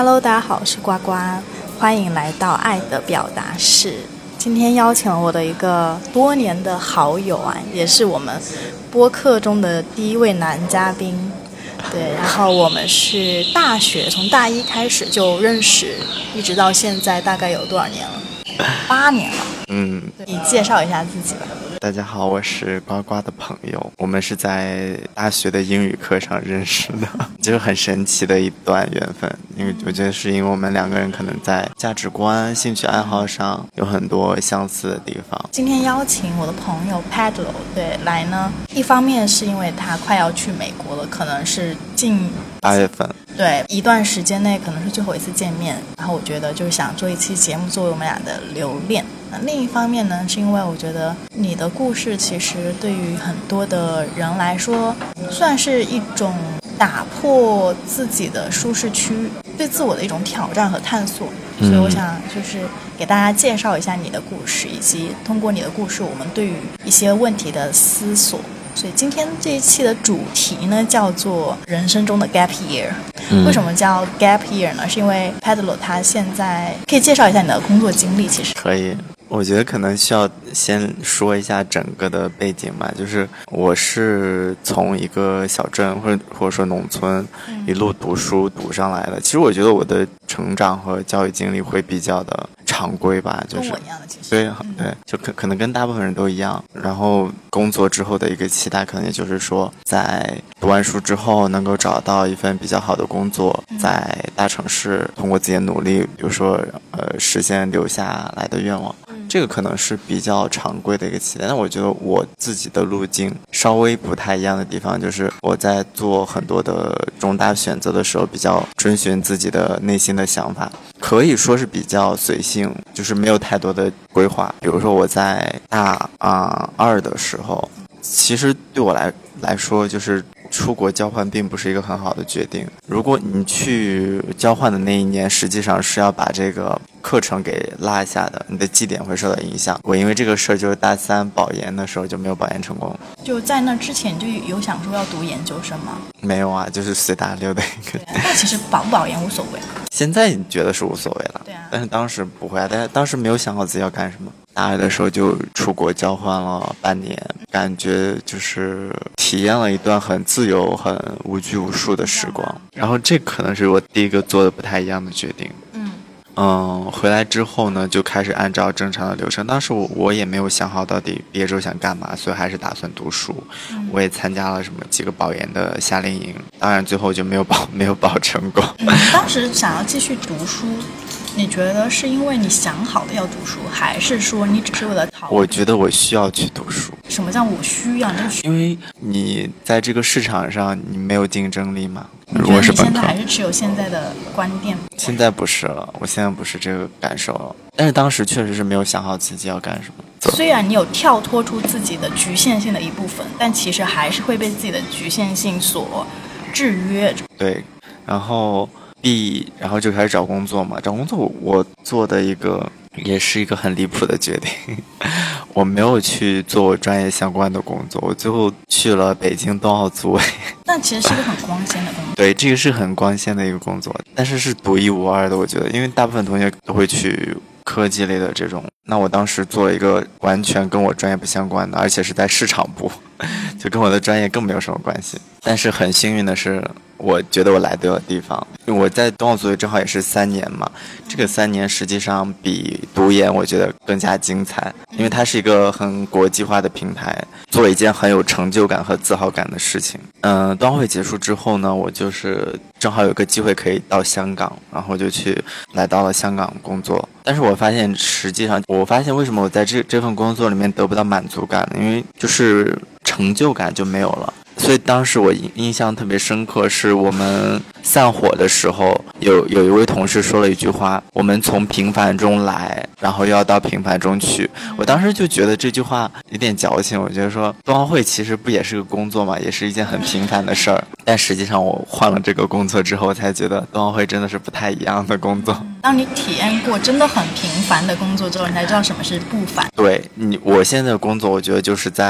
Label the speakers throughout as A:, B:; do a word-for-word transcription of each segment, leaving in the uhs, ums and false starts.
A: Hello， 大家好，我是呱呱，欢迎来到爱的表达室。今天邀请了我的一个多年的好友啊，也是我们播客中的第一位男嘉宾。对，然后我们是大学从大一开始就认识，一直到现在大概有多少年了？八年了。
B: 嗯，
A: 你介绍一下自己吧。
B: 大家好，我是呱呱的朋友，我们是在大学的英语课上认识的，就是很神奇的一段缘分。因为我觉得是因为我们两个人可能在价值观、兴趣爱好上有很多相似的地方。
A: 今天邀请我的朋友 Pedro 对来呢，一方面是因为他快要去美国了，可能是近
B: 八月份。
A: 对，一段时间内可能是最后一次见面，然后我觉得就是想做一期节目作为我们俩的留恋。那另一方面呢，是因为我觉得你的故事其实对于很多的人来说算是一种打破自己的舒适区，对自我的一种挑战和探索。所以我想就是给大家介绍一下你的故事，以及通过你的故事我们对于一些问题的思索。所以今天这一期的主题呢叫做人生中的 gap year。嗯、为什么叫 gap year 呢？是因为 Pedro 他现在可以介绍一下你的工作经历。其实
B: 可以，我觉得可能需要先说一下整个的背景吧，就是我是从一个小镇或者或者说农村一路读书读上来的。其实我觉得我的成长和教育经历会比较的常规吧，就是
A: 跟我一样的，其实
B: 对对，就可可能跟大部分人都一样。然后工作之后的一个期待，可能也就是说，在读完书之后能够找到一份比较好的工作，在大城市通过自己的努力，比如说呃实现留下来的愿望。这个可能是比较常规的一个期待，但我觉得我自己的路径稍微不太一样的地方，就是我在做很多的重大选择的时候，比较遵循自己的内心的想法，可以说是比较随性，就是没有太多的规划。比如说我在大啊、呃、二的时候，其实对我来来说，就是出国交换并不是一个很好的决定。如果你去交换的那一年，实际上是要把这个课程给落下的，你的绩点会受到影响。我因为这个事儿，就是大三保研的时候就没有保研成功。
A: 就在那之前就有想说要读研究生吗？
B: 没有啊，就是随大溜的一个。
A: 但其实保不保研无所谓。
B: 现在你觉得是无所谓了，
A: 对啊，
B: 但是当时不会啊，但是当时没有想好自己要干什么。大二的时候就出国交换了半年，感觉就是体验了一段很自由、很无拘无束的时光。然后这可能是我第一个做的不太一样的决定。嗯嗯，回来之后呢，就开始按照正常的流程。当时我我也没有想好到底毕业之后想干嘛，所以还是打算读书。嗯、我也参加了什么几个保研的夏令营，当然最后就没有保没有保成功。
A: 嗯、当时想要继续读书，你觉得是因为你想好的要读书，还是说你只是为了逃？
B: 我觉得我需要去读书。
A: 什么叫我需要？就是
B: 因为你在这个市场上你没有竞争力嘛。
A: 如果是本科，你现在还是持有现在的观点？
B: 现在不是了，我现在不是这个感受了。但是当时确实是没有想好自己要干什么。
A: 虽然你有跳脱出自己的局限性的一部分，但其实还是会被自己的局限性所制约。
B: 对，然后毕，然后就开始找工作嘛。找工作我做的一个也是一个很离谱的决定，我没有去做我专业相关的工作，我最后去了北京冬奥组委。
A: 但其实是一个很光鲜的工作。
B: 对，这个是很光鲜的一个工作，但是是独一无二的，我觉得，因为大部分同学都会去科技类的这种。那我当时做了一个完全跟我专业不相关的，而且是在市场部，就跟我的专业更没有什么关系。但是很幸运的是，我觉得我来对了地方。我在冬奥组委正好也是三年嘛，这个三年实际上比读研我觉得更加精彩，因为它是一个很国际化的平台，做一件很有成就感和自豪感的事情。嗯、呃，冬奥会结束之后呢，我就是正好有个机会可以到香港，然后就去来到了香港工作。但是我发现实际上，我发现为什么我在这这份工作里面得不到满足感呢？因为就是成就感就没有了。所以当时我印象特别深刻，是我们散伙的时候，有有一位同事说了一句话：我们从平凡中来，然后要到平凡中去。我当时就觉得这句话有点矫情，我觉得说冬奥会其实不也是个工作嘛，也是一件很平凡的事儿。但实际上我换了这个工作之后，才觉得冬奥会真的是不太一样的工作。
A: 当你体验过真的很平凡的工作之后，你才知道什么是不凡。
B: 对你，我现在的工作，我觉得就是在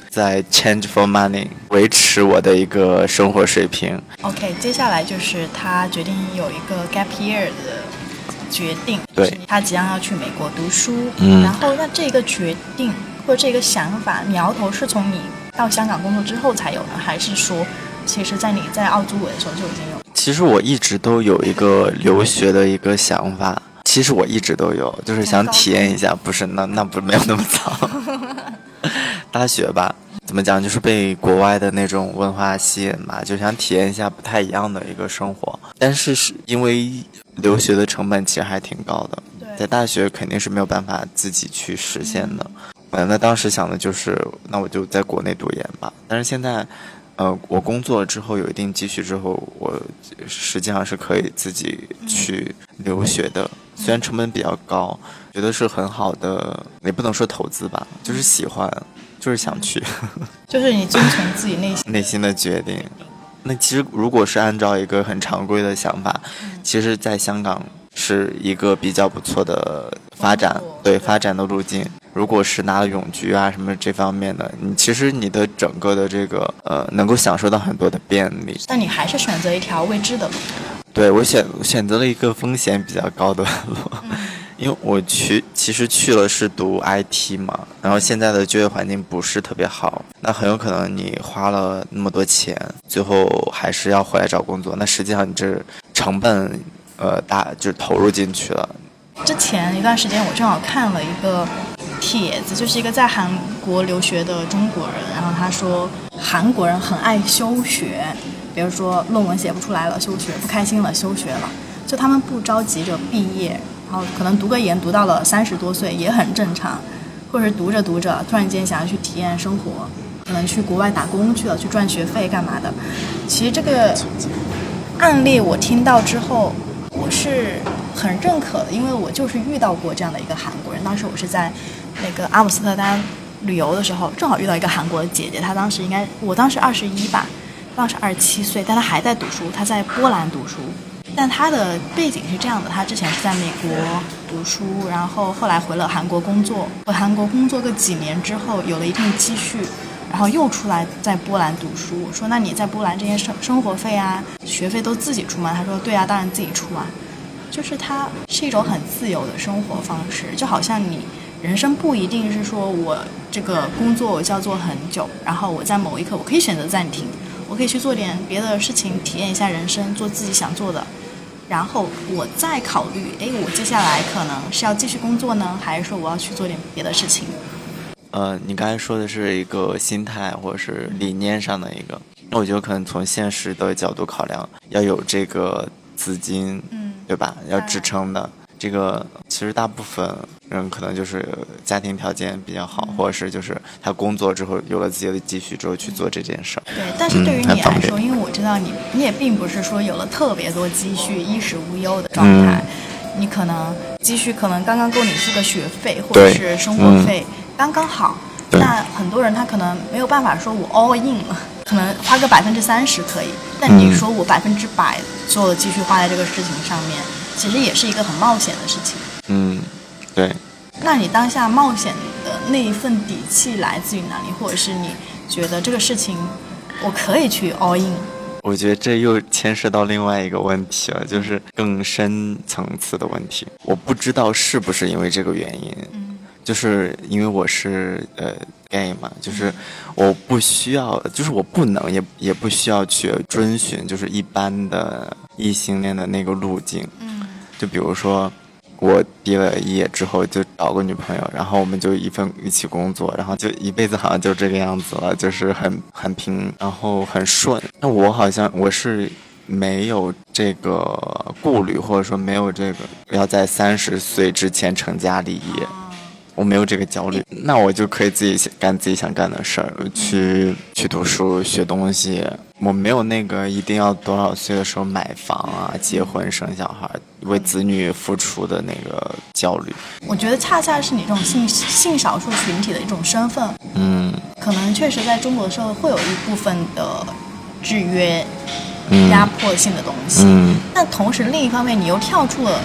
B: 在 change for money 维持我的一个生活水平。
A: OK， 接下来就是他决定有一个 gap year 的决定，
B: 对，
A: 他即将要去美国读书。
B: 嗯，
A: 然后那这个决定或者这个想法苗头是从你到香港工作之后才有呢，还是说其实在你在澳洲的时候就已经有？
B: 其实我一直都有一个留学的一个想法，其实我一直都有，就是想体验一下，不是那那不没有那么早。大学吧，怎么讲，就是被国外的那种文化吸引嘛，就想体验一下不太一样的一个生活。但是是因为留学的成本其实还挺高的，在大学肯定是没有办法自己去实现的。嗯，那当时想的就是，那我就在国内读研吧。但是现在，呃，我工作了之后有一定积蓄之后，我实际上是可以自己去留学的。虽然成本比较高，觉得是很好的，也不能说投资吧，就是喜欢，就是想去，
A: 就是你遵从自己内心
B: 内心的决定。那其实如果是按照一个很常规的想法，其实在香港是一个比较不错的发展，对发展的路径。如果是拿了永居啊什么这方面的，你其实你的整个的这个呃能够享受到很多的便利。
A: 但你还是选择一条未知的路。
B: 对，我选选择了一个风险比较高的路，嗯、因为我去其实去了是读 I T 嘛，然后现在的就业环境不是特别好，那很有可能你花了那么多钱，最后还是要回来找工作，那实际上你这成本呃大就投入进去了。
A: 之前一段时间我正好看了一个帖子，就是一个在韩国留学的中国人，然后他说韩国人很爱休学，比如说论文写不出来了休学，不开心了休学了，就他们不着急着毕业，然后可能读个研读到了三十多岁也很正常，或者是读着读着突然间想要去体验生活，可能去国外打工去了，去赚学费干嘛的。其实这个案例我听到之后我是很认可的，因为我就是遇到过这样的一个韩国人。当时我是在那个阿姆斯特丹旅游的时候，正好遇到一个韩国的姐姐，她当时应该我当时二十一吧，当时二十七岁，但她还在读书，她在波兰读书。但她的背景是这样的，她之前是在美国读书，然后后来回了韩国工作，回韩国工作个几年之后有了一定积蓄，然后又出来在波兰读书。我说那你在波兰这些生生活费啊学费都自己出吗？她说对啊，当然自己出啊。就是它是一种很自由的生活方式，就好像你人生不一定是说我这个工作我就要做很久，然后我在某一刻我可以选择暂停，我可以去做点别的事情，体验一下人生，做自己想做的，然后我再考虑，哎，我接下来可能是要继续工作呢，还是说我要去做点别的事情。
B: 呃，你刚才说的是一个心态或者是理念上的一个，那我觉得可能从现实的角度考量，要有这个资金，嗯，对吧？要支撑的。这个其实大部分人可能就是家庭条件比较好，嗯、或者是就是他工作之后有了自己的积蓄之后去做这件事儿。
A: 对，但是对于你来说，嗯、因为我知道你你也并不是说有了特别多积蓄、衣食无忧的状态，嗯、你可能积蓄可能刚刚够你付个学费或者是生活费，嗯、刚刚好。那很多人他可能没有办法说我 all in 了，可能花个百分之三十可以，但你说我百分之百所有的积蓄花在这个事情上面，其实也是一个很冒险的事情。
B: 嗯，对。
A: 那你当下冒险的那一份底气来自于哪里？或者是你觉得这个事情我可以去 all in？
B: 我觉得这又牵涉到另外一个问题了，就是更深层次的问题。我不知道是不是因为这个原因。嗯，就是因为我是呃 gay 嘛，就是我不需要，就是我不能也也不需要去遵循就是一般的异性恋的那个路径。嗯，就比如说我毕了业之后就找个女朋友，然后我们就一份一起工作，然后就一辈子好像就这个样子了，就是很很平，然后很顺。那我好像我是没有这个顾虑，或者说没有这个要在三十岁之前成家立业。我没有这个焦虑，那我就可以自己干自己想干的事儿，去去读书学东西。我没有那个一定要多少岁的时候买房啊、结婚生小孩、为子女付出的那个焦虑。
A: 我觉得恰恰是你这种性性少数群体的一种身份，嗯，可能确实在中国社会会有一部分的制约、压迫性的东西。嗯，但同时另一方面，你又跳出了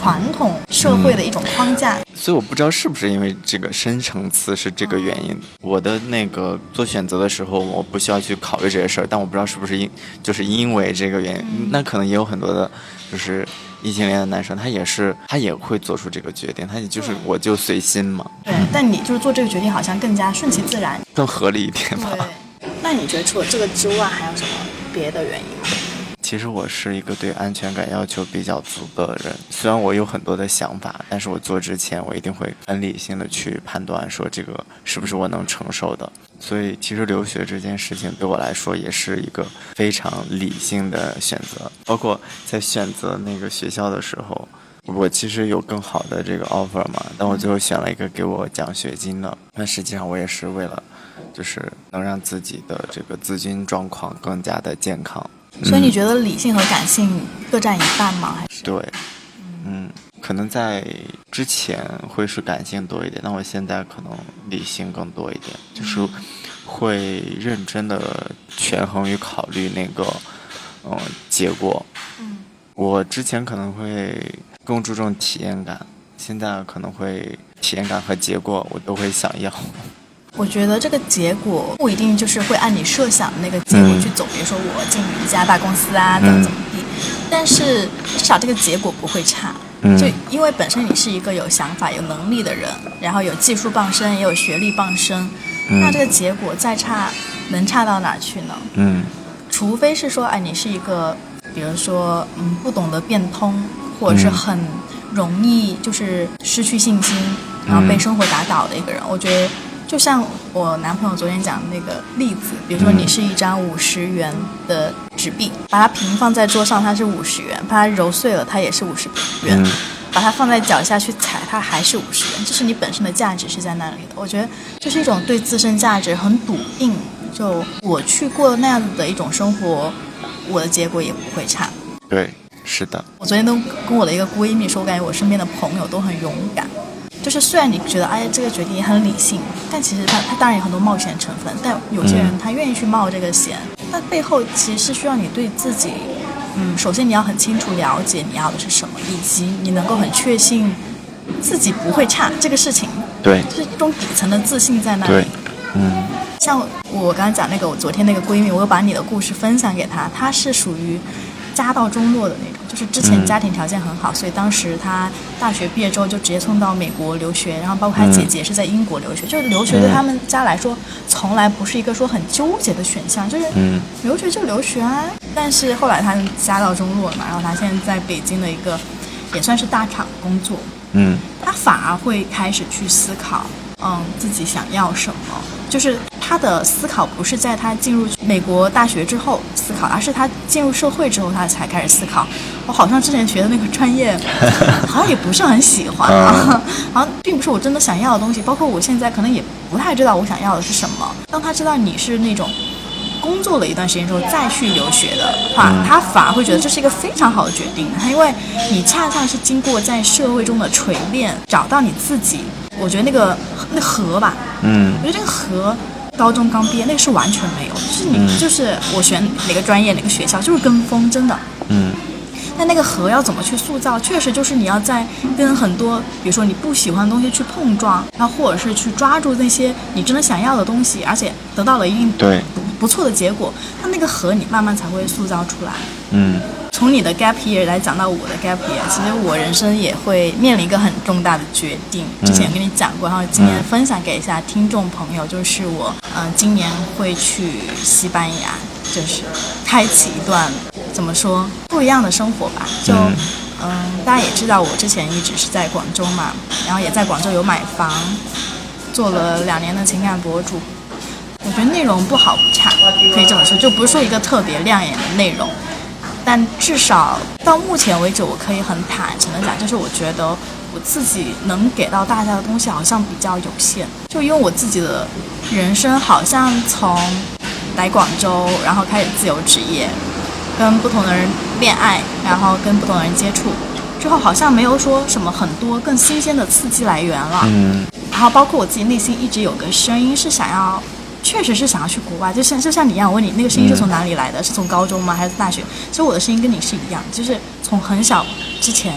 A: 传统社会的一种框架、嗯、
B: 所以我不知道是不是因为这个深层次是这个原因、嗯、我的那个做选择的时候我不需要去考虑这些事儿，但我不知道是不是因就是因为这个原因、嗯、那可能也有很多的就是异性恋的男生他也是他也会做出这个决定，他也就是我就随心嘛。
A: 对、嗯、但你就是做这个决定好像更加顺其自然，
B: 更合理一点吧。
A: 对，那你觉得除了这个之外还有什么别的原因吗？
B: 其实我是一个对安全感要求比较足的人，虽然我有很多的想法，但是我做之前我一定会很理性的去判断说这个是不是我能承受的。所以其实留学这件事情对我来说也是一个非常理性的选择，包括在选择那个学校的时候，我其实有更好的这个 offer 嘛，但我最后选了一个给我奖学金的，那实际上我也是为了就是能让自己的这个资金状况更加的健康。
A: 所以你觉得理性和感性各占一半吗？还是？
B: 对，嗯，可能在之前会是感性多一点，但我现在可能理性更多一点，就是会认真的权衡与考虑那个嗯结果。嗯，我之前可能会更注重体验感，现在可能会体验感和结果我都会想要。
A: 我觉得这个结果不一定就是会按你设想的那个结果去走、嗯、比如说我进一家大公司啊怎么怎么地、嗯、但是至少这个结果不会差、嗯、就因为本身你是一个有想法有能力的人，然后有技术傍身也有学历傍身、嗯、那这个结果再差能差到哪去呢？嗯，除非是说哎你是一个比如说嗯不懂得变通，或者是很容易就是失去信心、嗯、然后被生活打倒的一个人。我觉得就像我男朋友昨天讲的那个例子，比如说你是一张五十元的纸币，把它平放在桌上它是五十元，把它揉碎了它也是五十元、嗯、把它放在脚下去踩它还是五十元，这是你本身的价值是在那里的。我觉得这是一种对自身价值很笃定，就我去过那样子的一种生活，我的结果也不会差。
B: 对，是的。
A: 我昨天都跟我的一个闺蜜说，我感觉我身边的朋友都很勇敢，就是虽然你觉得哎这个决定也很理性，但其实他他当然有很多冒险成分，但有些人他愿意去冒这个险，那、嗯、背后其实是需要你对自己嗯，首先你要很清楚了解你要的是什么，以及你能够很确信自己不会差这个事情。
B: 对，
A: 就是一种底层的自信在那里。
B: 对，嗯，
A: 像我刚刚讲那个我昨天那个闺蜜，我有把你的故事分享给她，她是属于家道中落的那种，就是之前家庭条件很好、嗯、所以当时她大学毕业之后就直接送到美国留学，然后包括她姐姐是在英国留学、嗯、就是留学对他们家来说从来不是一个说很纠结的选项，就是留学就留学啊。但是后来她家道中落嘛，然后她现在在北京的一个也算是大厂工作，嗯，她反而会开始去思考嗯，自己想要什么，就是他的思考不是在他进入美国大学之后思考，而是他进入社会之后他才开始思考。我好像之前学的那个专业好像也不是很喜欢啊，好像并不是我真的想要的东西，包括我现在可能也不太知道我想要的是什么。当他知道你是那种工作了一段时间之后再去留学的话，他反而会觉得这是一个非常好的决定，因为你恰恰是经过在社会中的锤炼找到你自己。我觉得那个那河吧，嗯，我觉得这个河高中刚毕业那个是完全没有，就是你、嗯、就是我选哪个专业哪个学校就是跟风，真的，嗯。但那个河要怎么去塑造，确实就是你要在跟很多比如说你不喜欢的东西去碰撞，然后或者是去抓住那些你真的想要的东西，而且得到了一定
B: 对
A: 不错的结果，那那个河你慢慢才会塑造出来。
B: 嗯，
A: 从你的 gap year 来讲到我的 gap year， 其实我人生也会面临一个很重大的决定，之前跟你讲过，然后今年分享给一下听众朋友，就是我嗯、呃、今年会去西班牙，就是开启一段怎么说不一样的生活吧。就嗯、呃、大家也知道我之前一直是在广州嘛，然后也在广州有买房，做了两年的情感博主，我觉得内容不好不差，可以这么说，就不是说一个特别亮眼的内容，但至少到目前为止我可以很坦诚的讲，就是我觉得我自己能给到大家的东西好像比较有限，就因为我自己的人生好像从来广州然后开始自由职业，跟不同的人恋爱，然后跟不同的人接触之后，好像没有说什么很多更新鲜的刺激来源了。嗯，然后包括我自己内心一直有个声音是想要，确实是想要去国外，就像就像你一样，我问你那个声音是从哪里来的？嗯、是从高中吗？还是大学？其实我的声音跟你是一样，就是从很小之前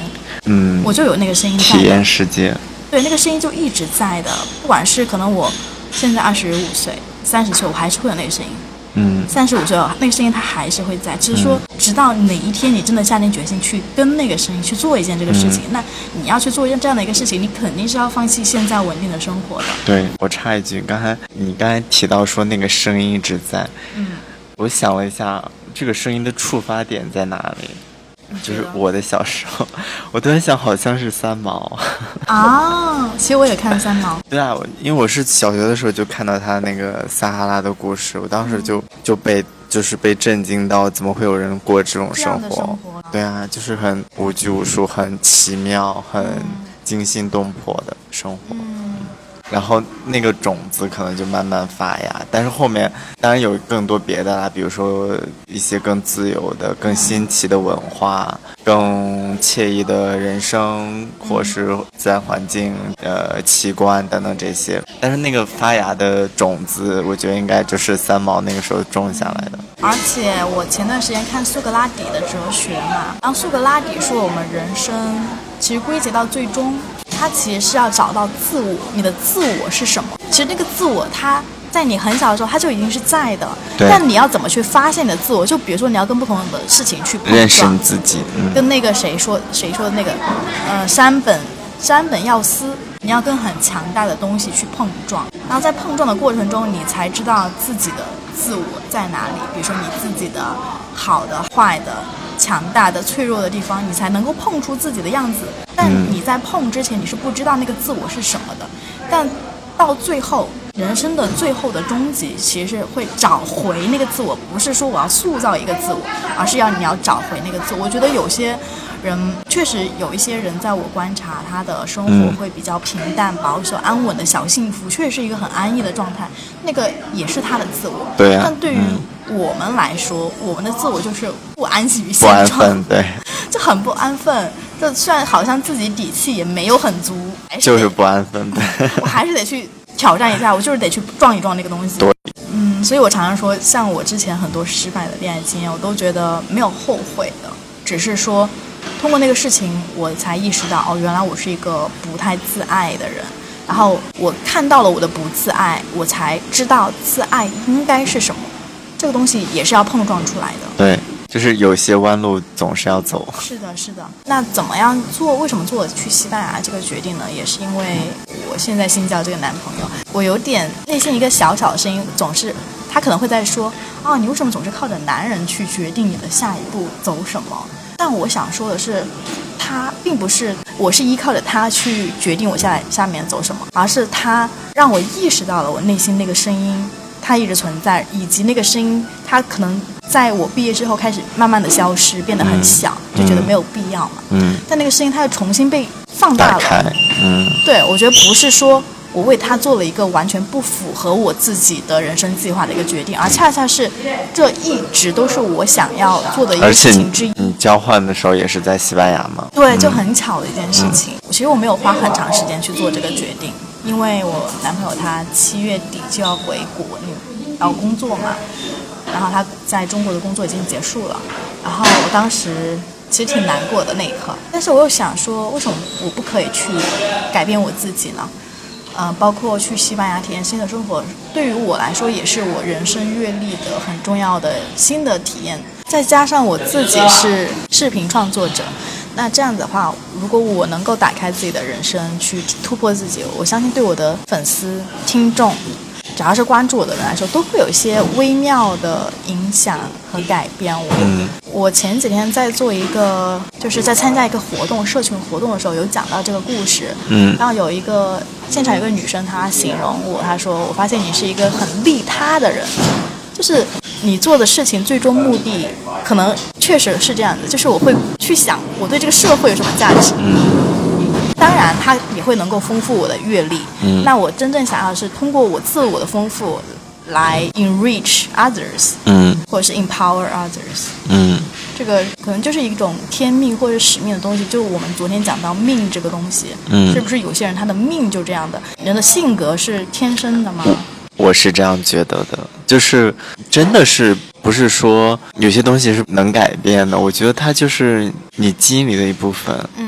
B: 嗯，
A: 我就有那个声音在的
B: 体验世界。
A: 对，那个声音就一直在的，不管是可能我现在二十五岁、三十岁，我还是会有那个声音。
B: 嗯，
A: 三十五岁那个声音它还是会在，只是说直到哪一天你真的下定决心去跟那个声音去做一件这个事情，嗯、那你要去做一件这样的一个事情，你肯定是要放弃现在稳定的生活的。
B: 对，我插一句，刚才你刚才提到说那个声音一直在，
A: 嗯，
B: 我想了一下，这个声音的触发点在哪里？就是我的小时候，我突然想，好像是三毛
A: 啊。其实我也看三毛。
B: 对啊，因为我是小学的时候就看到他那个撒哈拉的故事，我当时就、嗯、就被就是被震惊到，怎么会有人过这种生活？
A: 这样的生活
B: 对啊，就是很无拘无束、很奇妙、很惊心动魄的生活。
A: 嗯，
B: 然后那个种子可能就慢慢发芽，但是后面当然有更多别的啦，比如说一些更自由的、更新奇的文化、更惬意的人生，或是自然环境、呃奇观等等这些。但是那个发芽的种子，我觉得应该就是三毛那个时候种下来的。
A: 而且我前段时间看苏格拉底的哲学嘛，然后苏格拉底说我们人生其实归结到最终，它其实是要找到自我，你的自我是什么？其实那个自我，它在你很小的时候，它就已经是在的。但你要怎么去发现你的自我？就比如说，你要跟不同的事情去碰撞，
B: 认识你自己。嗯、
A: 跟那个谁说，谁说的那个，呃，山本山本耀司，你要跟很强大的东西去碰撞，然后在碰撞的过程中，你才知道自己的自我在哪里。比如说你自己的好的、坏的、强大的、脆弱的地方，你才能够碰出自己的样子。但你在碰之前，你是不知道那个自我是什么的。但到最后，人生的最后的终极，其实是会找回那个自我，不是说我要塑造一个自我，而是要你要找回那个自我。我觉得有些人确实有一些人，在我观察他的生活会比较平淡、保守、安稳的小幸福，确实是一个很安逸的状态，那个也是他的自我。
B: 对啊。
A: 但对于我们来说，我们的自我就是不安息于现状，
B: 不安分，对，
A: 就很不安分。就虽然好像自己底气也没有很足，还是
B: 就是不安分，对。
A: 我还是得去挑战一下，我就是得去撞一撞那个东西。
B: 对，
A: 嗯，所以我常常说，像我之前很多失败的恋爱经验，我都觉得没有后悔的，只是说通过那个事情，我才意识到，哦，原来我是一个不太自爱的人。然后我看到了我的不自爱，我才知道自爱应该是什么。这个东西也是要碰撞出来的。
B: 对，就是有些弯路总是要走。
A: 是的，是的。那怎么样做？为什么做去西班牙这个决定呢？也是因为我现在新交这个男朋友，我有点内心一个小小的声音，总是他可能会在说，哦，你为什么总是靠着男人去决定你的下一步走什么？但我想说的是，他并不是我是依靠着他去决定我下来下面走什么，而是他让我意识到了我内心那个声音。它一直存在，以及那个声音，它可能在我毕业之后开始慢慢的消失，变得很小，嗯、就觉得没有必要嘛。
B: 嗯。
A: 但那个声音它又重新被放大了。
B: 打开。嗯。
A: 对，我觉得不是说我为他做了一个完全不符合我自己的人生计划的一个决定，而恰恰是这一直都是我想要做的一个事情之一。
B: 而且 你, 你交换的时候也是在西班牙吗？
A: 对，就很巧的一件事情。嗯、其实我没有花很长时间去做这个决定。因为我男朋友他七月底就要回国，要工作嘛，然后他在中国的工作已经结束了，然后我当时其实挺难过的那一刻，但是我又想说，为什么我不可以去改变我自己呢？呃，包括去西班牙体验新的生活，对于我来说也是我人生阅历的很重要的新的体验。再加上我自己是视频创作者，那这样子的话，如果我能够打开自己的人生去突破自己，我相信对我的粉丝听众只要是关注我的人来说，都会有一些微妙的影响和改变。我、嗯、我前几天在做一个就是在参加一个活动社群活动的时候，有讲到这个故事，
B: 嗯，
A: 然后有一个现场有个女生她形容我，她说我发现你是一个很利他的人，就是你做的事情最终目的可能确实是这样的，就是我会去想我对这个社会有什么价值，当然它也会能够丰富我的阅历，嗯，那我真正想要的是通过我自我的丰富来 enrich others，
B: 嗯，
A: 或者是 empower others，
B: 嗯，
A: 这个可能就是一种天命或者使命的东西，就是我们昨天讲到命这个东西，
B: 嗯，
A: 是不是有些人他的命就这样的？人的性格是天生的吗？
B: 我是这样觉得的，就是真的是不是说有些东西是能改变的，我觉得它就是你基因里的一部分。
A: 嗯，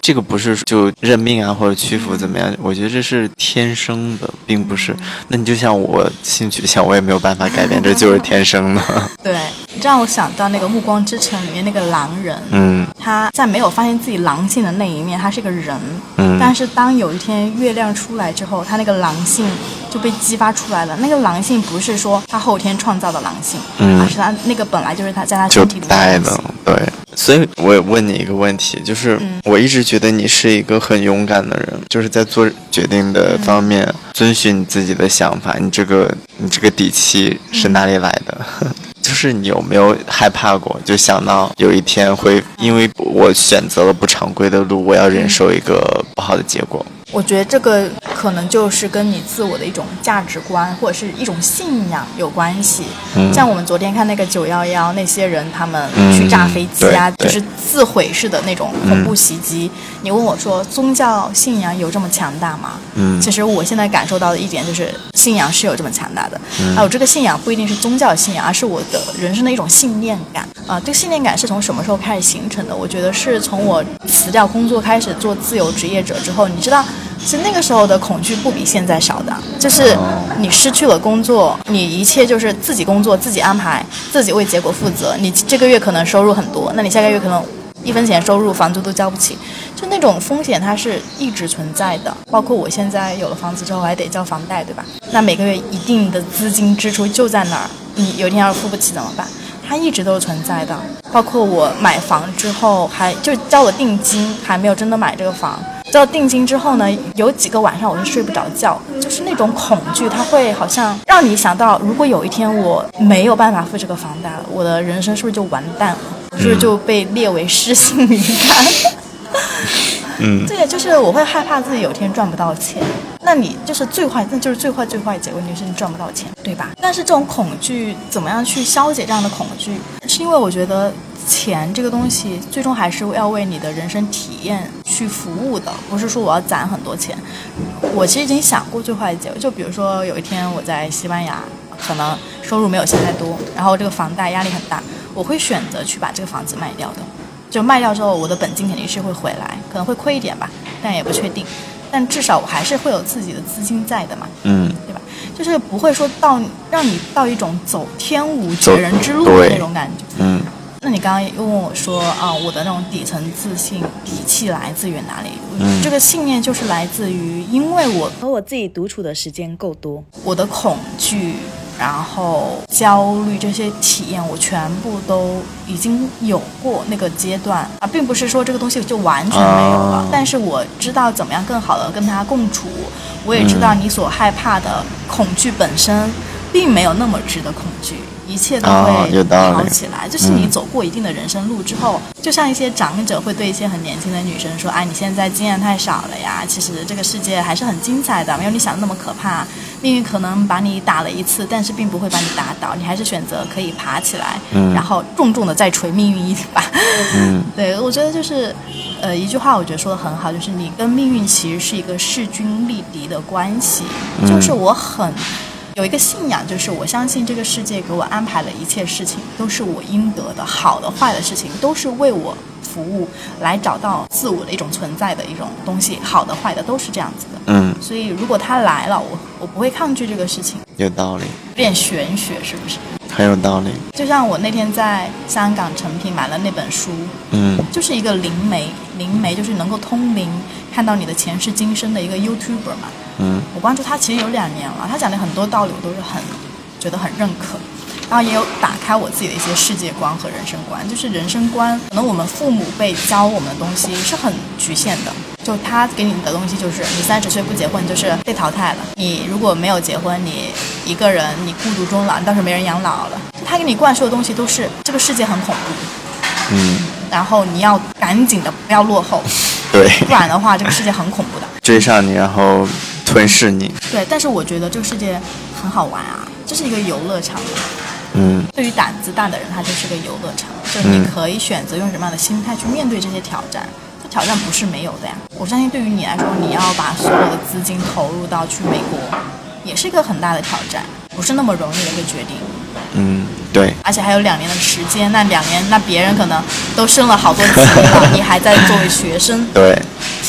B: 这个不是就认命啊或者屈服怎么样，我觉得这是天生的，并不是。那你就像我性取向，我也没有办法改变，这就是天生的。
A: 对，这让我想到那个《暮光之城》里面那个狼人，
B: 嗯，
A: 他在没有发现自己狼性的那一面，他是个人，
B: 嗯，
A: 但是当有一天月亮出来之后，他那个狼性就被激发出来了。那个狼性不是说他后天创造的狼性，
B: 嗯，
A: 而是他那个本来就是他在他身体里的
B: 带的，对。所以我也问你一个问题，就是我一直觉得你是一个很勇敢的人，就是在做决定的方面、嗯、遵循你自己的想法，你这个你这个底气是哪里来的？嗯、就是你有没有害怕过，就想到有一天会因为我选择了不常规的路，我要忍受一个不好的结果？
A: 我觉得这个可能就是跟你自我的一种价值观或者是一种信仰有关系、嗯、像我们昨天看那个九一一那些人他们去炸飞机啊、嗯、就是自毁式的那种恐怖袭击、嗯、你问我说宗教信仰有这么强大吗？嗯，其实我现在感受到的一点就是信仰是有这么强大的、嗯、还有这个信仰不一定是宗教信仰，而是我的人生的一种信念感啊、呃，这个信念感是从什么时候开始形成的？我觉得是从我辞掉工作开始做自由职业者之后。你知道其实那个时候的恐惧不比现在少的，就是你失去了工作，你一切就是自己工作自己安排，自己为结果负责，你这个月可能收入很多，那你下个月可能一分钱收入房租都交不起，就那种风险它是一直存在的。包括我现在有了房子之后还得交房贷，对吧？那每个月一定的资金支出就在那儿，你有一天要是付不起怎么办？它一直都是存在的。包括我买房之后还就交了定金，还没有真的买这个房，交了定金之后呢，有几个晚上我是睡不着觉，就是那种恐惧，它会好像让你想到，如果有一天我没有办法付这个房贷了，我的人生是不是就完蛋了？是不是就被列为失信名单？嗯，对，就是我会害怕自己有一天赚不到钱。那你就是最坏，那就是最坏最坏结果，就是你赚不到钱，对吧？但是这种恐惧怎么样去消解这样的恐惧？是因为我觉得钱这个东西最终还是要为你的人生体验去服务的，不是说我要攒很多钱。我其实已经想过最坏的结果，就比如说有一天我在西班牙，可能收入没有现在多，然后这个房贷压力很大，我会选择去把这个房子卖掉的。就卖掉之后，我的本金肯定是会回来，可能会亏一点吧，但也不确定。但至少我还是会有自己的资金在的嘛，嗯，对吧？就是不会说到让你到一种走天无绝人之路的那种感觉，嗯。那你刚刚又问我说啊，我的那种底层自信底气来自于哪里？嗯，这个信念就是来自于，因为我和我自己独处的时间够多，我的恐惧，然后焦虑这些体验我全部都已经有过那个阶段啊，并不是说这个东西就完全没有了、啊、但是我知道怎么样更好的跟它共处，我也知道你所害怕的恐惧本身并没有那么值得恐惧，一切都会好起来、哦、就是你走过一定的人生路之后、嗯、就像一些长者会对一些很年轻的女生说，哎，你现在经验太少了呀，其实这个世界还是很精彩的，没有你想的那么可怕，命运可能把你打了一次，但是并不会把你打倒，你还是选择可以爬起来、嗯、然后重重的再捶命运一把、嗯、对，我觉得就是呃，一句话我觉得说的很好，就是你跟命运其实是一个势均力敌的关系、嗯、就是我很有一个信仰，就是我相信这个世界给我安排的一切事情都是我应得的，好的坏的事情都是为我服务，来找到自我的一种存在的一种东西，好的坏的都是这样子的。嗯，所以如果它来了，我我不会抗拒这个事情。
B: 有道理，
A: 有点玄学是不是？
B: 很有道理。
A: 就像我那天在香港诚品买了那本书，嗯，就是一个灵媒，灵媒就是能够通灵，看到你的前世今生的一个 YouTuber 嘛。嗯，我关注他其实有两年了，他讲的很多道理我都是很觉得很认可，然后也有打开我自己的一些世界观和人生观。就是人生观可能我们父母辈教我们的东西是很局限的，就他给你的东西就是你三十岁不结婚就是被淘汰了，你如果没有结婚，你一个人你孤独终老，你到时候没人养老了。他给你灌输的东西都是这个世界很恐怖，嗯，然后你要赶紧的不要落后，
B: 对，
A: 不然的话这个世界很恐怖的，
B: 追上你然后吞噬你。
A: 对，但是我觉得这个世界很好玩啊，这是一个游乐场。
B: 嗯，
A: 对于胆子大的人，它就是个游乐场，就是你可以选择用什么样的心态去面对这些挑战。这挑战不是没有的呀。我相信对于你来说，你要把所有的资金投入到去美国，也是一个很大的挑战，不是那么容易的一个决定。
B: 嗯，对。
A: 而且还有两年的时间，那两年，那别人可能都升了好多级了，你还在作为学生。
B: 对。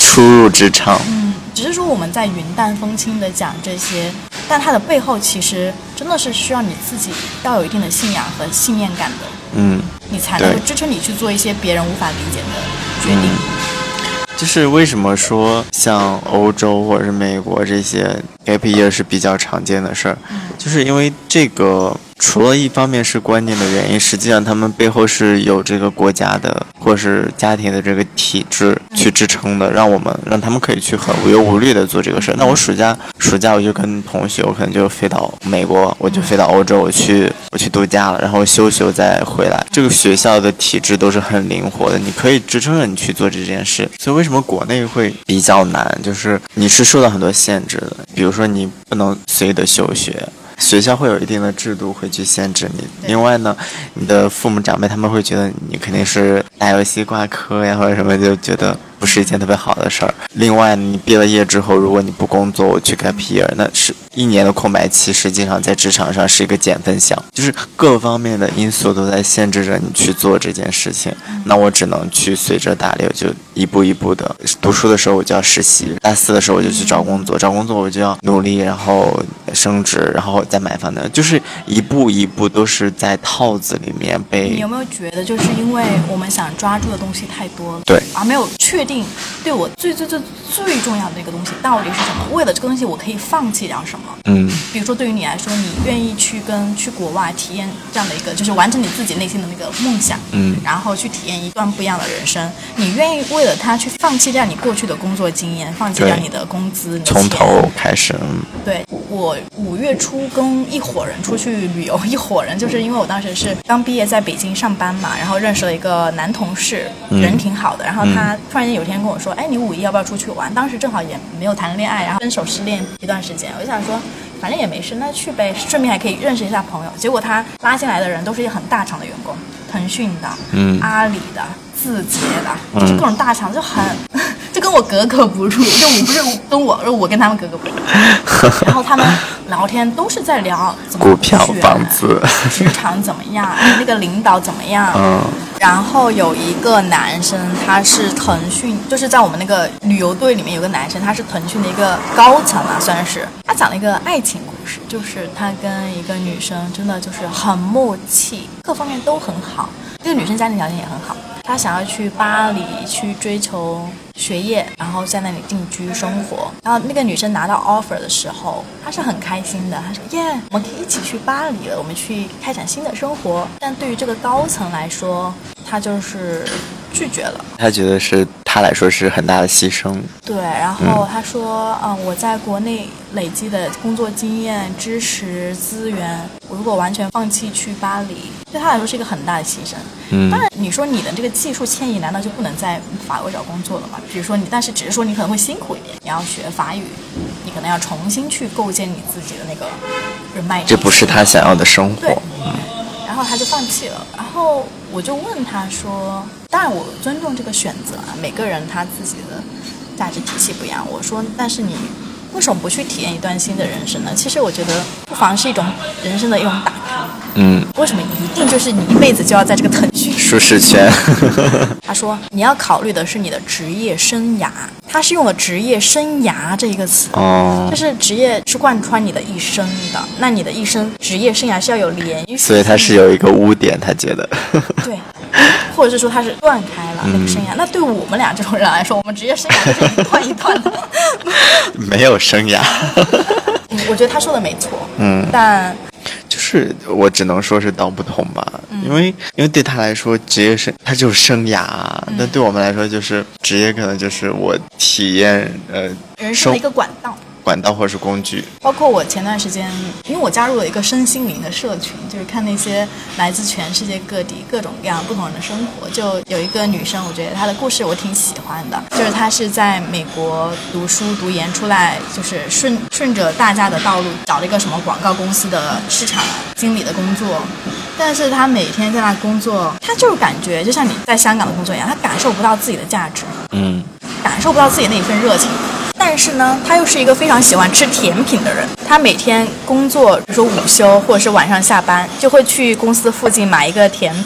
B: 初入职场。
A: 嗯，只是说我们在云淡风轻的讲这些，但它的背后其实真的是需要你自己要有一定的信仰和信念感的，
B: 嗯，
A: 你才能够支撑你去做一些别人无法理解的决定。
B: 嗯，就是为什么说像欧洲或者是美国这些 gap year 是比较常见的事儿，
A: 嗯，
B: 就是因为这个除了一方面是观念的原因，实际上他们背后是有这个国家的或是家庭的这个体制去支撑的，让我们让他们可以去很无忧无虑的做这个事儿。那我暑假暑假我就跟同学，我可能就飞到美国，我就飞到欧洲，我去我去度假了，然后休休再回来。这个学校的体制都是很灵活的，你可以支撑着你去做这件事。所以为什么国内会比较难，就是你是受到很多限制的，比如说你不能随意的休学。学校会有一定的制度会去限制你，另外呢，你的父母长辈他们会觉得你肯定是打游戏挂科呀或者什么，就觉得不是一件特别好的事儿。另外，你毕了业之后，如果你不工作，我去 gap year， 那是一年的空白期，实际上在职场上是一个减分项，就是各方面的因素都在限制着你去做这件事情。那我只能去随着大流，就一步一步的。读书的时候我就要实习，大四的时候我就去找工作，找工作我就要努力，然后升职，然后再买房的，就是一步一步都是在套子里面被。
A: 你有没有觉得，就是因为我们想抓住的东西太多了，
B: 对，
A: 而没有确定对我最最最最重要的那个东西到底是什么？为了这个东西，我可以放弃掉什么？
B: 嗯，
A: 比如说对于你来说，你愿意去跟去国外体验这样的一个，就是完成你自己内心的那个梦想，
B: 嗯，
A: 然后去体验一段不一样的人生。你愿意为了它去放弃掉你过去的工作经验，放弃掉你的工资，
B: 从头开始。嗯，
A: 对，我五月初跟一伙人出去旅游，一伙人就是因为我当时是刚毕业在北京上班嘛，然后认识了一个男同事，
B: 嗯、
A: 人挺好的，然后他突然间有一天跟我说，哎，你五一要不要出去玩？当时正好也没有谈恋爱，然后分手失恋一段时间，我就想说反正也没事，那去呗，顺便还可以认识一下朋友。结果他拉进来的人都是一些很大厂的员工，腾讯的、嗯、阿里的、字节的，就是各种大厂，就很就跟我格格不入，就我不是跟我，我跟他们格格不入。然后他们聊天都是在聊怎么
B: 股票、房子、
A: 职场怎么样，那个领导怎么样。
B: 嗯。
A: 然后有一个男生，他是腾讯，就是在我们那个旅游队里面有个男生，他是腾讯的一个高层啊，算是。他讲了一个爱情故事，就是他跟一个女生真的就是很默契，各方面都很好。这个女生家庭条件也很好，她想要去巴黎去追求学业，然后在那里定居生活。然后那个女生拿到 offer 的时候，她是很开心的，她说耶，我们可以一起去巴黎了，我们去开展新的生活。但对于这个高层来说，他就是拒绝了，
B: 他觉得是他来说是很大的牺牲。
A: 对，然后他说嗯、呃，我在国内累积的工作经验、知识、资源，我如果完全放弃去巴黎，对他来说是一个很大的牺牲。嗯，当然你说你的这个技术迁移难道就不能在法国找工作了吗？比如说你，但是只是说你可能会辛苦一点，你要学法语，你可能要重新去构建你自己的那个人脉。
B: 这不是他想要的生活。
A: 对，嗯，然后他就放弃了。然后我就问他说，当然我尊重这个选择啊，每个人他自己的价值体系不一样。我说，但是你为什么不去体验一段新的人生呢？其实我觉得不妨是一种人生的一种打开。
B: 嗯，
A: 为什么一定就是你一辈子就要在这个腾讯
B: 舒适圈？
A: 他说你要考虑的是你的职业生涯，他是用了职业生涯这一个词，
B: 哦，
A: 就是职业是贯穿你的一生的，那你的一生职业生涯是要有连续，
B: 所以他是有一个污点，他觉得
A: 对，或者是说他是断开了那个生涯。嗯，那对我们俩这种人来说，我们职业生涯就是一段一段的，
B: 没有生涯。
A: 嗯，我觉得他说的没错，
B: 嗯，
A: 但
B: 就是我只能说是道不同吧，嗯，因为因为对他来说职业生他就是生涯，嗯，但对我们来说就是职业，可能就是我体验呃
A: 人生的一个管道。
B: 管道或是工具。
A: 包括我前段时间，因为我加入了一个身心灵的社群，就是看那些来自全世界各地各种各样不同人的生活。就有一个女生，我觉得她的故事我挺喜欢的，就是她是在美国读书读研出来，就是顺顺着大家的道路找了一个什么广告公司的市场经理的工作，但是她每天在那工作，她就是感觉就像你在香港的工作一样，她感受不到自己的价值，
B: 嗯，
A: 感受不到自己那一份热情。但是呢，他又是一个非常喜欢吃甜品的人。他每天工作，比如说午休或者是晚上下班，就会去公司附近买一个甜品，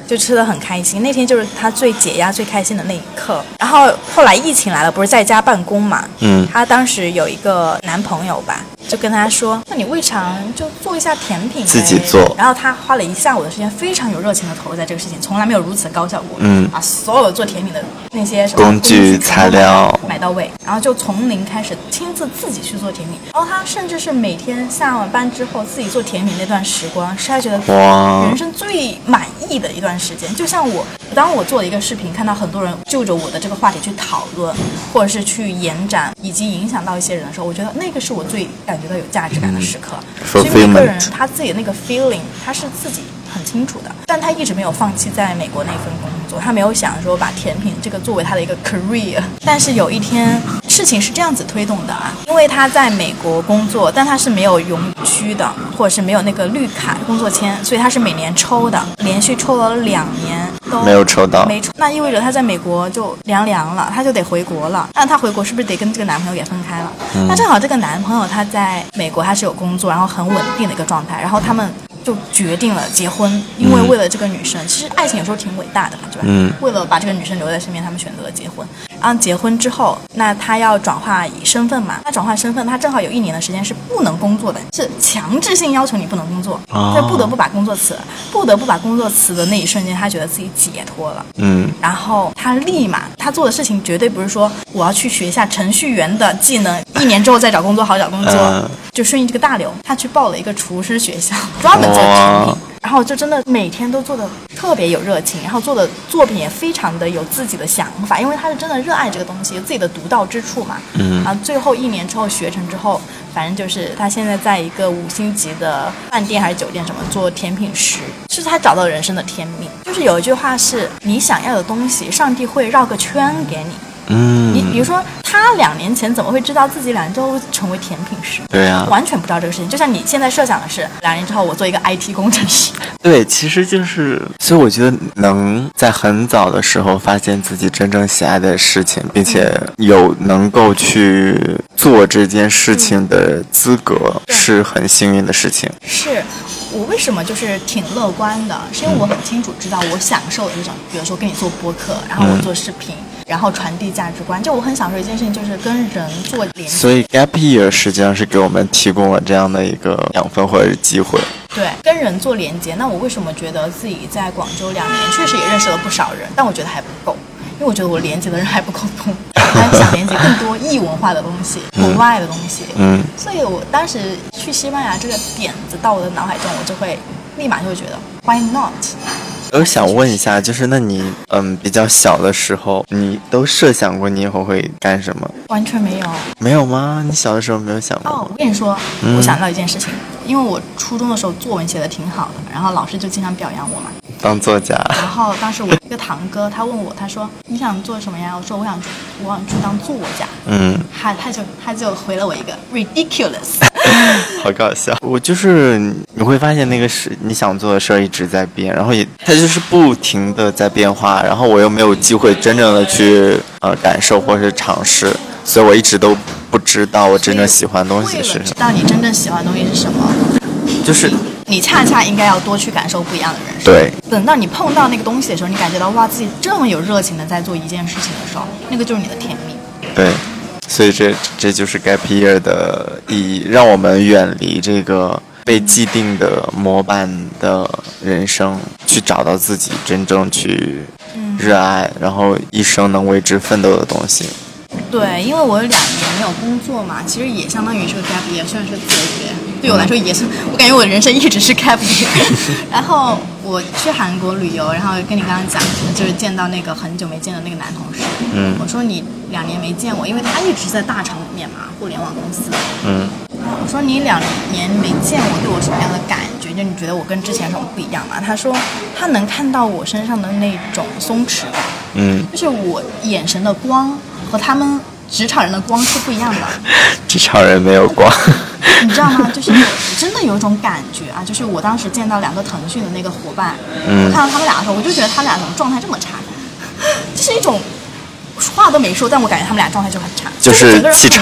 A: 就吃得很开心。那天就是她最解压、最开心的那一刻。然后后来疫情来了，不是在家办公嘛？
B: 嗯，
A: 她当时有一个男朋友吧，就跟她说：“那你未尝就做一下甜品，
B: 自己做。”
A: 然后她花了一下午的时间，非常有热情的投入在这个事情，从来没有如此高效过。
B: 嗯，
A: 把所有的做甜品的那些什么
B: 工具材料
A: 买到位，然后就从零开始亲自自己去做甜品。然后她甚至是每天下完班之后自己做甜品那段时光，是她觉得人生最满意的一段时间。就像我，当我做了一个视频，看到很多人就着我的这个话题去讨论，或者是去延展，以及影响到一些人的时候，我觉得那个是我最感觉到有价值感的时刻。所以每个人他自己的那个 feeling， 他是自己很清楚的，但他一直没有放弃在美国那份工作，他没有想说把甜品这个作为他的一个 career。但是有一天事情是这样子推动的啊，因为他在美国工作，但他是没有永居的，或者是没有那个绿卡工作签，所以他是每年抽的，连续抽了两年都
B: 没有抽到，
A: 没抽，那意味着他在美国就凉凉了，他就得回国了。那他回国是不是得跟这个男朋友给分开了？嗯、那正好这个男朋友他在美国他是有工作，然后很稳定的一个状态，然后他们就决定了结婚，因为为了这个女生，嗯、其实爱情有时候挺伟大的嘛，对吧？嗯。为了把这个女生留在身边，他们选择了结婚。然后结婚之后，那他要转化身份嘛？他转换身份，他正好有一年的时间是不能工作的，是强制性要求你不能工作，
B: 哦、
A: 他不得不把工作辞了，不得不把工作辞的那一瞬间，他觉得自己解脱了。
B: 嗯。
A: 然后他立马，他做的事情绝对不是说我要去学一下程序员的技能，一年之后再找工作好找工作，嗯、就顺应这个大流，他去报了一个厨师学校，专门做甜品。然后就真的每天都做的特别有热情，然后做的作品也非常的有自己的想法，因为他是真的热爱这个东西，有自己的独到之处嘛。
B: 嗯。
A: 然后最后一年之后学成之后，反正就是他现在在一个五星级的饭店还是酒店什么做甜品师，是他找到人生的天命。就是有一句话是，你想要的东西，上帝会绕个圈给你。
B: 嗯，
A: 你比如说，他两年前怎么会知道自己两年之后会成为甜品师？
B: 对呀、啊，
A: 完全不知道这个事情。就像你现在设想的是，两年之后我做一个 I T 工程师。
B: 对，其实就是，所以我觉得能在很早的时候发现自己真正喜爱的事情，并且有能够去做这件事情的资格，嗯、是很幸运的事情。
A: 是。我为什么就是挺乐观的？是因为我很清楚知道我享受的这种，比如说跟你做播客，然后我做视频，嗯、然后传递价值观，就我很享受一件事情，就是跟人做连接。
B: 所以 Gap Year 实际上是给我们提供了这样的一个养分或者是机会。
A: 对，跟人做连接。那我为什么觉得自己在广州两年确实也认识了不少人，但我觉得还不够。因为我觉得我连接的人还不够多，我还想连接更多异文化的东西，国外的东西。
B: 嗯，
A: 所以我当时去西班牙这个点子到我的脑海中，我就会立马就会觉得 why not。
B: 我想问一下，就是那你嗯比较小的时候，你都设想过你以后会干什么？
A: 完全没有。没
B: 有吗？你小的时候没有想过？
A: 哦，我跟你说，
B: 嗯、
A: 我想到一件事情，因为我初中的时候作文写的挺好的，然后老师就经常表扬我嘛。
B: 当作家。
A: 然后当时我一个堂哥，他问我，他说你想做什么呀？我说我想去，我想去当作家。
B: 嗯，
A: 他他就他就回了我一个 ridiculous。
B: 好搞笑。我就是你会发现那个是你想做的事儿一直在变，然后也它就是不停的在变化，然后我又没有机会真正的去呃感受或是尝试，所以我一直都不知道我真正喜欢的东西是什么。
A: 知道你真正喜欢的东西是什么，
B: 就是
A: 你恰恰应该要多去感受不一样的人生。
B: 对，
A: 等到你碰到那个东西的时候，你感觉到哇自己这么有热情的在做一件事情的时候，那个就是你的天命。
B: 对，所以这这就是 Gap Year 的意义，让我们远离这个被既定的模板的人生，去找到自己真正去热爱，然后一生能为之奋斗的东西。
A: 对，因为我有两年没有工作嘛，其实也相当于是个 gap year，虽然是个自由学，对我来说也是，我感觉我的人生一直是 gap year。然后我去韩国旅游，然后跟你刚刚讲，就是见到那个很久没见的那个男同事，
B: 嗯，
A: 我说你两年没见我，因为他一直在大厂里面嘛，互联网公司，
B: 嗯，
A: 我说你两年没见我，对我什么样的感觉？就你觉得我跟之前有什么不一样嘛？他说他能看到我身上的那种松弛感，
B: 嗯，
A: 就是我眼神的光。和他们职场人的光是不一样的，
B: 职场人没有光，
A: 你知道吗？就是真的有一种感觉啊，就是我当时见到两个腾讯的那个伙伴，
B: 嗯，
A: 我看到他们俩的时候，我就觉得他们俩怎么状态这么差，这是一种话都没说，但我感觉他们俩状态就很差，
B: 就是气场，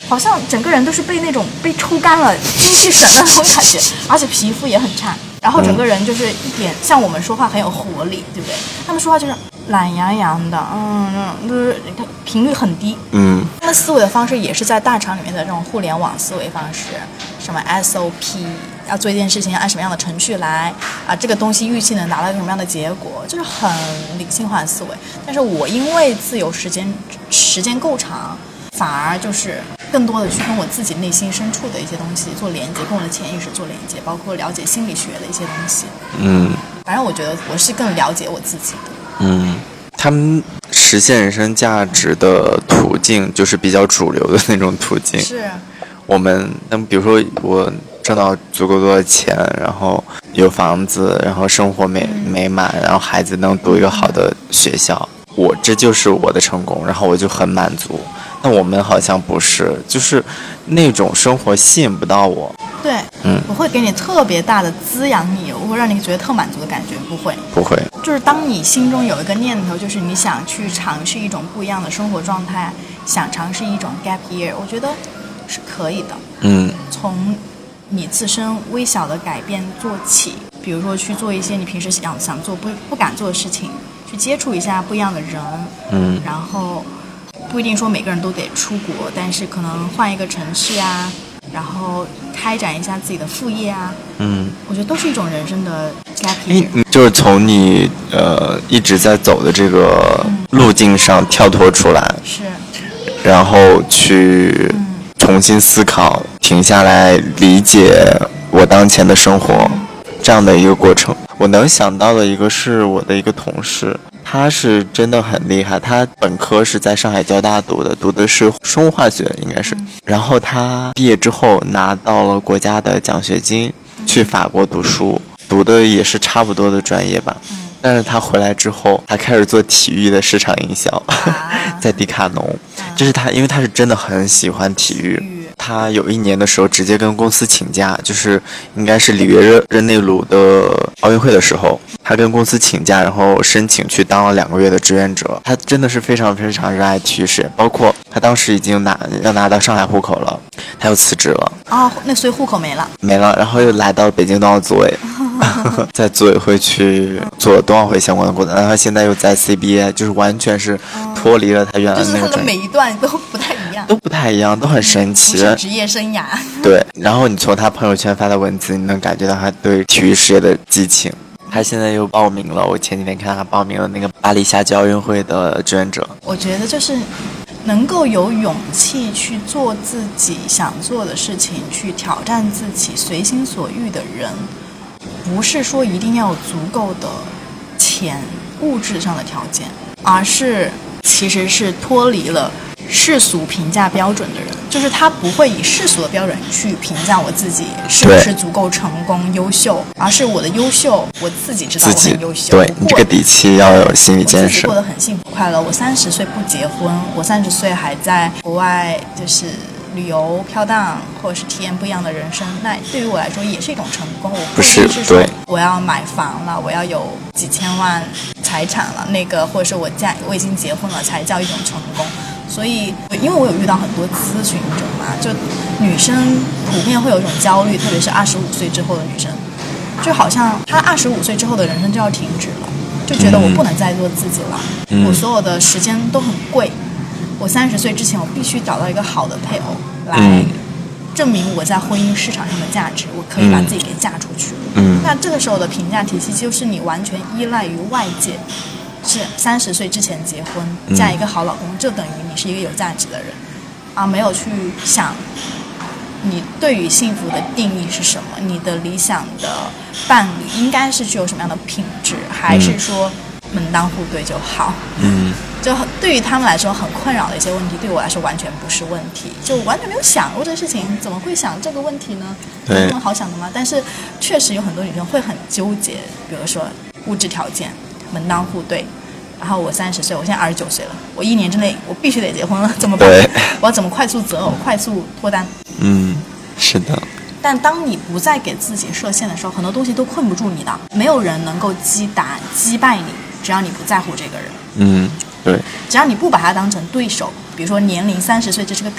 A: 好像整个人都是被那种被抽干了，精气神的那种感觉，而且皮肤也很差，然后整个人就是一点像我们说话很有活力，对不对？他们说话就是懒洋洋的，嗯，就是频率很低，
B: 嗯，
A: 他们思维的方式也是在大厂里面的这种互联网思维方式，什么 S O P， 要做一件事情要按什么样的程序来啊，这个东西预期能达到什么样的结果，就是很理性化的思维。但是我因为自由时间时间够长，反而就是更多的去跟我自己内心深处的一些东西做连接，跟我的潜意识做连接，包括了解心理学的一些东西。
B: 嗯，
A: 反正我觉得我是更了解我自己的。
B: 嗯，他们实现人生价值的途径就是比较主流的那种途径。
A: 是，
B: 我们那么比如说我挣到足够多的钱，然后有房子，然后生活美美满，然后孩子能读一个好的学校，我这就是我的成功，然后我就很满足。那我们好像不是，就是那种生活吸引不到我。
A: 对，
B: 嗯，
A: 我会给你特别大的滋养你，我会让你觉得特满足的感觉，不会，
B: 不会，
A: 就是当你心中有一个念头，就是你想去尝试一种不一样的生活状态，想尝试一种 gap year， 我觉得是可以的。
B: 嗯，
A: 从你自身微小的改变做起，比如说去做一些你平时想想做不不敢做的事情，去接触一下不一样的人，
B: 嗯，
A: 然后不一定说每个人都得出国，但是可能换一个城市呀，然后开展一下自己的副业啊，
B: 嗯，
A: 我觉得都是一种人生的 gap year。
B: 就是从你呃一直在走的这个路径上跳脱出来，
A: 是，
B: 然后去重新思考，停下来理解我当前的生活，这样的一个过程。我能想到的一个是我的一个同事，他是真的很厉害，他本科是在上海交大读的，读的是生物化学应该是，然后他毕业之后拿到了国家的奖学金，去法国读书，读的也是差不多的专业吧。但是他回来之后，他开始做体育的市场营销，在迪卡侬。这是他，因为他是真的很喜欢体育。他有一年的时候直接跟公司请假，就是应该是里约热热内卢的奥运会的时候，他跟公司请假，然后申请去当了两个月的志愿者。他真的是非常非常热爱体育事业，包括他当时已经拿要拿到上海户口了，他又辞职了。
A: 哦，那所以户口没了。
B: 没了，然后又来到北京冬奥组委，在组委会去做冬奥会相关的工作，然后他现在又在 C B A， 就是完全是脱离了他原来的那个专业。
A: 就是他的每一段都不太一样，
B: 都不太一样，都很神奇。
A: 不是职业生涯。
B: 对，然后你从他朋友圈发的文字，你能感觉到他对体育事业的激情。他现在又报名了，我前几天看他报名了那个巴黎夏季奥运会的志愿者。
A: 我觉得就是能够有勇气去做自己想做的事情，去挑战自己，随心所欲的人，不是说一定要有足够的钱物质上的条件，而是其实是脱离了世俗评价标准的人，就是他不会以世俗的标准去评价我自己是不是足够成功优秀，而是我的优秀我自己知道我很优秀。
B: 对，你这个底气要有心理建设。
A: 我自己过得很幸福快乐，我三十岁不结婚，我三十岁还在国外就是旅游飘荡，或者是体验不一样的人生，那对于我来说也是一种成功。我不是说我要买房了，我要有几千万财产了，那个或者是我嫁我已经结婚了才叫一种成功。所以因为我有遇到很多咨询者嘛，就女生普遍会有一种焦虑，特别是二十五岁之后的女生，就好像她二十五岁之后的人生就要停止了，就觉得我不能再做自己了、嗯、我所有的时间都很贵，我三十岁之前我必须找到一个好的配偶来证明我在婚姻市场上的价值，我可以把自己给嫁出去。嗯，那这个时候的评价体系就是你完全依赖于外界，是三十岁之前结婚嫁一个好老公、嗯、就等于你是一个有价值的人，而没有去想你对于幸福的定义是什么，你的理想的伴侣应该是具有什么样的品质，还是说门当户对就好。嗯，就对于他们来说很困扰的一些问题，对我来说完全不是问题，就我完全没有想过这个事情，怎么会想这个问题呢？有什么好想的吗？但是确实有很多女生会很纠结，比如说物质条件门当户对，然后我三十岁，我现在二十九岁了，我一年之内我必须得结婚了，怎么办？我要怎么快速择偶，快速脱单？嗯，
B: 是的。
A: 但当你不再给自己设限的时候，很多东西都困不住你的，没有人能够击打击败你，只要你不在乎这个人。
B: 嗯，对。
A: 只要你不把他当成对手，比如说年龄三十岁这是个坎，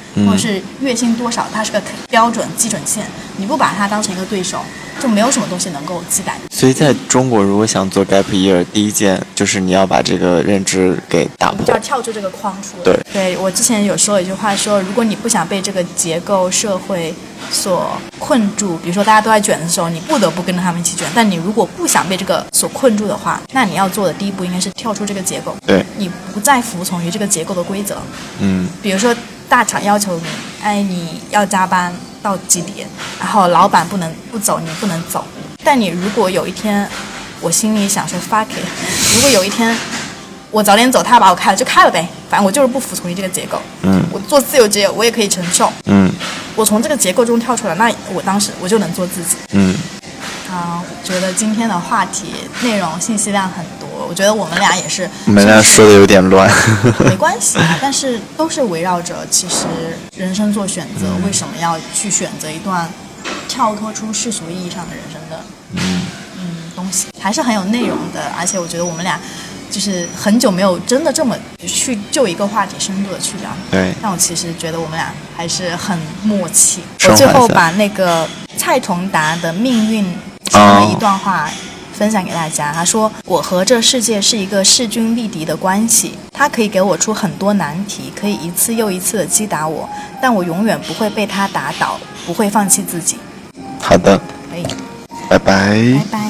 A: 或者是月薪多少，它是个标准基准线，你不把它当成一个对手，就没有什么东西能够击败。
B: 所以在中国，如果想做 gap year， 第一件就是你要把这个认知给打破，
A: 就要跳出这个框出来。
B: 对，
A: 对我之前有说一句话说，如果你不想被这个结构社会所困住，比如说大家都在卷的时候，你不得不跟着他们一起卷，但你如果不想被这个所困住的话，那你要做的第一步应该是跳出这个结构。
B: 对，
A: 你不再服从于这个结构的规则。
B: 嗯，
A: 比如说大厂要求你，哎，你要加班到几点，然后老板不能不走，你不能走。但你如果有一天，我心里想说 fuck it， 如果有一天我早点走，他把我开了就开了呗，反正我就是不服从于这个结构。
B: 嗯，
A: 我做自由职业我也可以承受。
B: 嗯，
A: 我从这个结构中跳出来，那我当时我就能做自己。
B: 嗯，
A: 啊，我觉得今天的话题内容信息量很多，我觉得我们俩也是，
B: 我们俩说的有点乱，
A: 没关系啊，但是都是围绕着其实人生做选择，为什么要去选择一段跳脱出世俗意义上的人生的
B: 嗯
A: 嗯东西，还是很有内容的。而且我觉得我们俩就是很久没有真的这么去就一个话题深度的去聊，
B: 对，
A: 但我其实觉得我们俩还是很默契。
B: 双环
A: 我最后把那个蔡同达的命运其中的一段话分享给大家，他说，我和这世界是一个势均力敌的关系，它可以给我出很多难题，可以一次又一次的击打我，但我永远不会被它打倒，不会放弃自己。
B: 好的，
A: 可以，
B: 拜拜。
A: 拜拜。